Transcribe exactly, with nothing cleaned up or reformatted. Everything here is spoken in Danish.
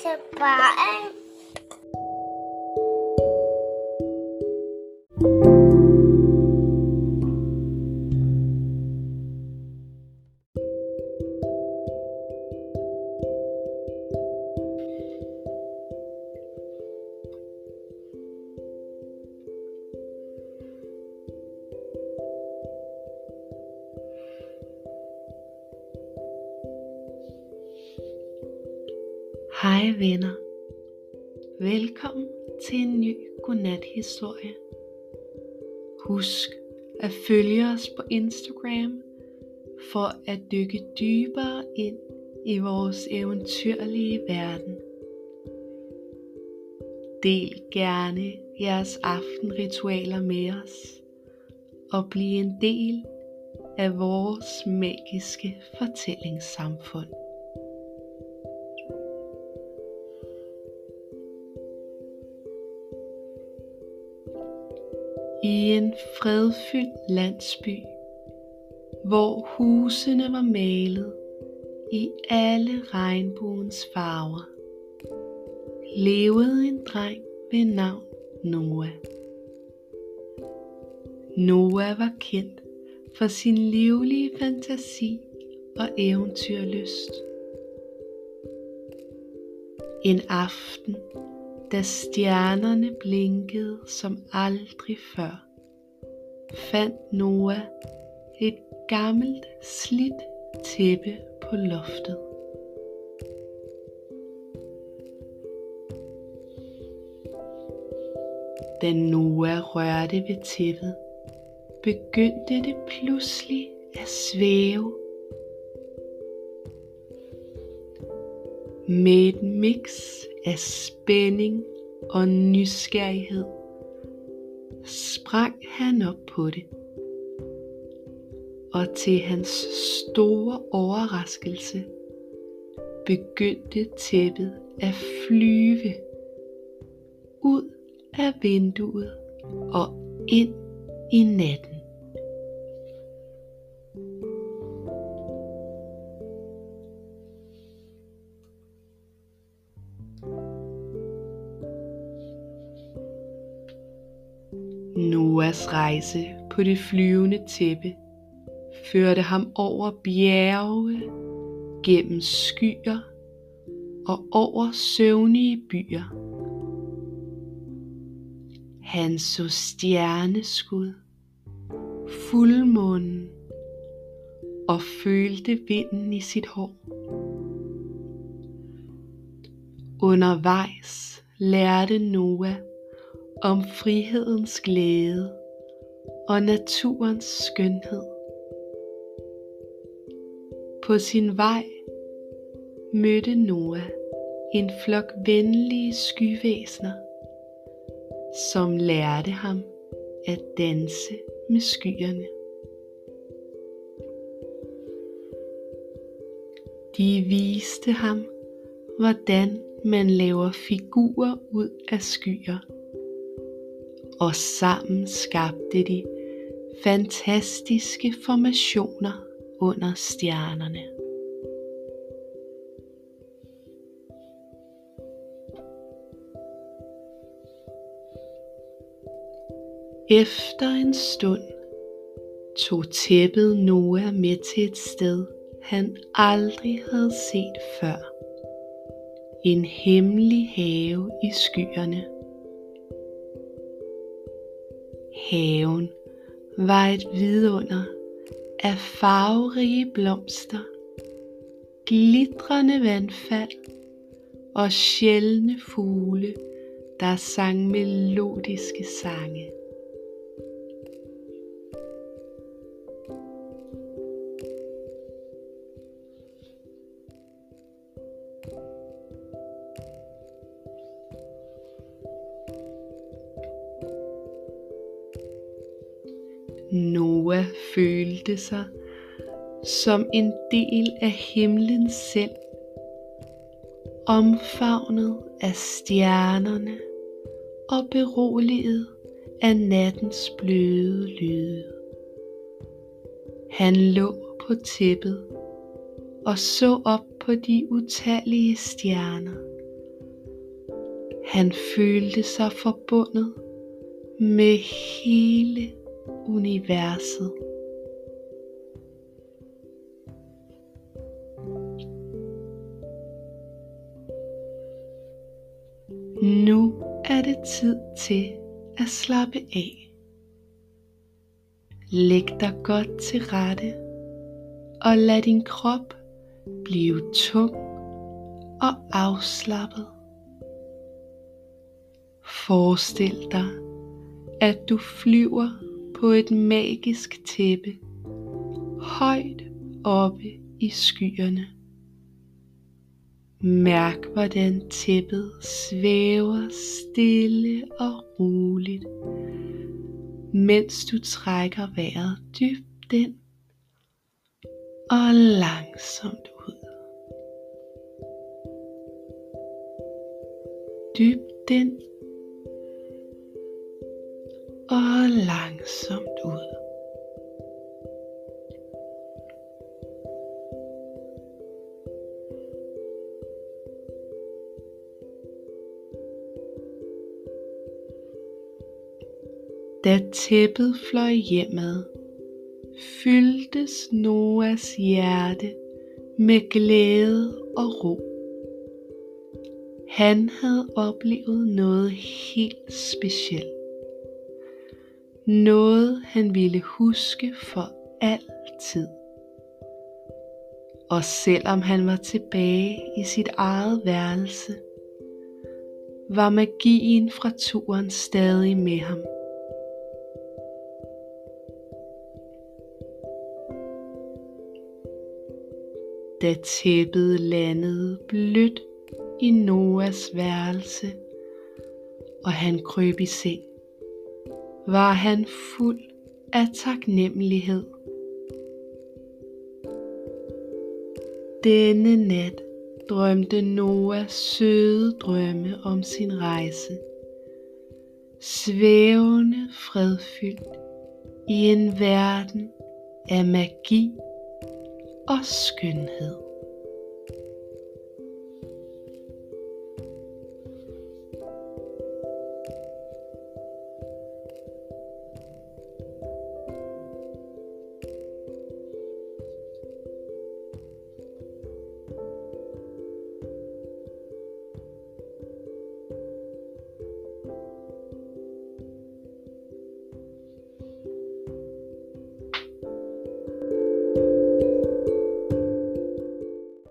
til barn. Hej venner, velkommen til en ny godnathistorie. Husk at følge os på Instagram for at dykke dybere ind i vores eventyrlige verden. Del gerne jeres aftenritualer med os og bliv en del af vores magiske fortællingssamfund. I en fredfyldt landsby, hvor husene var malet i alle regnbuens farver, levede en dreng ved navn Noah. Noah var kendt for sin livlige fantasi og eventyrlyst. En aften, da stjernerne blinkede som aldrig før, fandt Noah et gammelt slidt tæppe på loftet. Da Noah rørte ved tæppet, begyndte det pludselig at svæve. Med et mix af spænding og nysgerrighed sprang han op på det, og til hans store overraskelse begyndte tæppet at flyve ud af vinduet og ind i natten. Noahs rejse på det flyvende tæppe førte ham over bjerge, gennem skyer og over søvnige byer. Han så stjerneskud, fuldmånen og følte vinden i sit hår. Undervejs lærte Noah om frihedens glæde og naturens skønhed. På sin vej mødte Noah en flok venlige skyvæsener, som lærte ham at danse med skyerne. De viste ham, hvordan man laver figurer ud af skyer, og sammen skabte de fantastiske formationer under stjernerne. Efter en stund tog tæppet Noah med til et sted, han aldrig havde set før. En hemmelig have i skyerne. Haven var et vidunder af farverige blomster, glitrende vandfald og sjældne fugle, der sang melodiske sange. Noah følte sig som en del af himlen selv, omfavnet af stjernerne og beroliget af nattens bløde lyde. Han lå på tæppet og så op på de utallige stjerner, Han følte sig forbundet med hele universet. Nu er det tid til at slappe af. Læg dig godt til rette og lad din krop blive tung og afslappet. Forestil dig, at du flyver på et magisk tæppe højt oppe i skyerne. Mærk, hvordan tæppet svæver stille og roligt, mens du trækker vejret dybt ind og langsomt ud. Dybt ind og langsomt ud. Da tæppet fløj hjemad, fyldtes Noahs hjerte med glæde og ro. Han havde oplevet noget helt specielt. Noget han ville huske for altid. Og selvom han var tilbage i sit eget værelse, var magien fra turen stadig med ham. Da tæppet landede blødt i Noahs værelse, og han krøb i seng, var han fuld af taknemmelighed. Denne nat drømte Noah søde drømme om sin rejse, svævende fredfyldt i en verden af magi og skønhed.